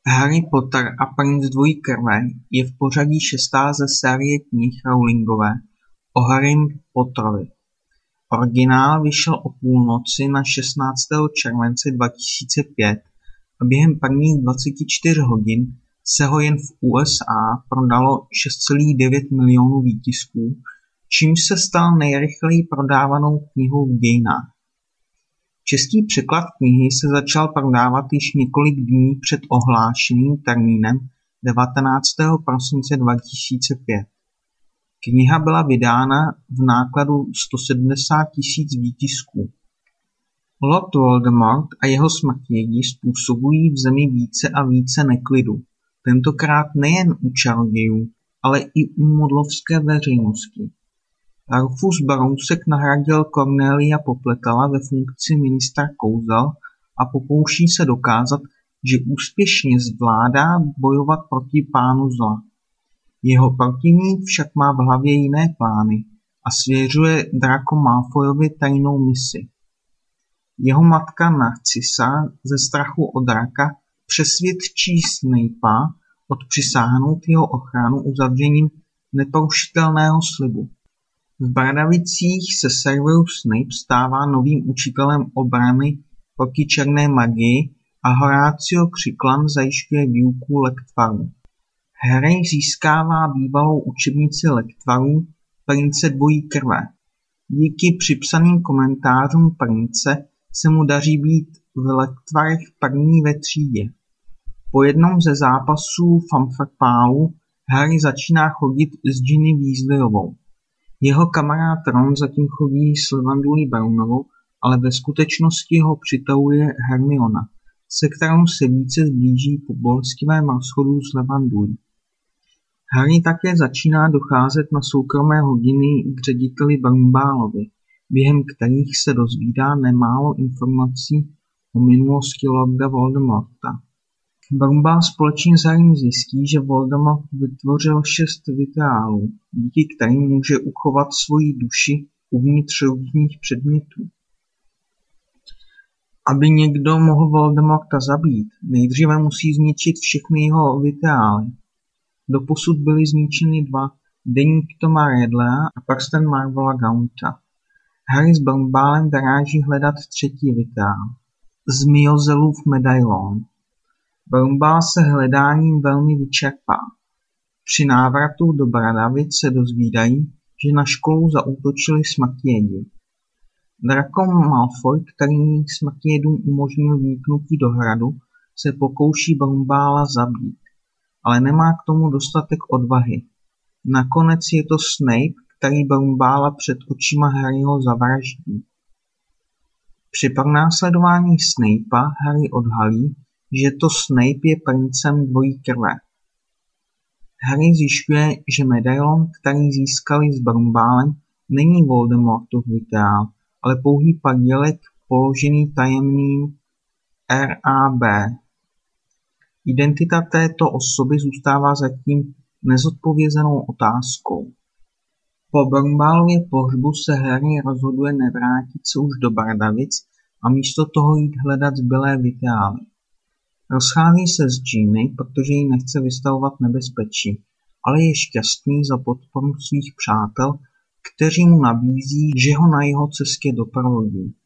Harry Potter a princ dvojí krve je v pořadí 6. ze série knih Rowlingové o Harrym Potterovi. Originál vyšel o půlnoci na 16. července 2005 a během prvních 24 hodin se ho jen v USA prodalo 6,9 milionů výtisků, čímž se stal nejrychleji prodávanou knihou v dějinách. Český překlad knihy se začal prodávat již několik dní před ohlášeným termínem 19. prosince 2005. Kniha byla vydána v nákladu 170 000 výtisků. Lord Voldemort a jeho smrtědi způsobují v zemi více a více neklidu, tentokrát nejen u čarodějů, ale i u modlovské veřejnosti. Rufus Broušek nahradil Cornelia Popletala ve funkci ministra kouzel a pokouší se dokázat, že úspěšně zvládá bojovat proti pánu zla. Jeho protivník však má v hlavě jiné plány a svěřuje Draco Malfoyovi tajnou misi. Jeho matka Narcissa ze strachu od draka přesvědčí Snape'a odpřisáhnout jeho ochranu uzavřením neporušitelného slibu. V Bradavicích se Severus Snape stává novým učitelem obrany proti černé magii a Horatio Křiklan zajišťuje výuku lektvarů. Harry získává bývalou učebnici lektvarů Prince dvojí krve. Díky připsaným komentářům prince se mu daří být v lektvarech první ve třídě. Po jednom ze zápasů Fanfarpálu Harry začíná chodit s Ginny Weasleyovou. Jeho kamarád Ron zatím chodí s Levandulí Brownovou, ale ve skutečnosti ho přitahuje Hermiona, se kterou se více zblíží po bolestivém rozchodu s Levandulí. Harry také začíná docházet na soukromé hodiny k řediteli Brumballovi, během kterých se dozvídá nemálo informací o minulosti Lorda Voldemorta. Brumbal společně s Harrym zjistí, že Voldemort vytvořil 6 vitrálů, díky kterým může uchovat svoji duši uvnitř různých předmětů. Aby někdo mohl Voldemorta zabít, nejdříve musí zničit všechny jeho vitrály. Doposud byly zničeny 2, deník Toma Riddlea a prsten Marvela Gaunta. Harry s Brumbálem vyráží hledat 3. vitrál, Zmiozelův medailon. Brumbál se hledáním velmi vyčerpá. Při návratu do Bradavic se dozvídají, že na školu zaútočili smrtědi. Draco Malfoy, který smrtědům umožnil vniknutí do hradu, se pokouší Brumbála zabít, ale nemá k tomu dostatek odvahy. Nakonec je to Snape, který Brumbála před očima Harryho zavraždí. Při pronásledování Snape'a Harry odhalí, že to Snape je princem dvojí krve. Harry zjišťuje, že medailon, který získali s Brumbálem, není Voldemortův vitrál, ale pouhý padělek položený tajemným RAB. Identita této osoby zůstává zatím nezodpovězenou otázkou. Po Brumbálově pohřbu se Harry rozhoduje nevrátit se už do Bradavic a místo toho jít hledat zbylé vitrály. Rozchází se s Ginny, protože ji nechce vystavovat nebezpečí, ale je šťastný za podporu svých přátel, kteří mu nabízí, že ho na jeho cestě doprovodí.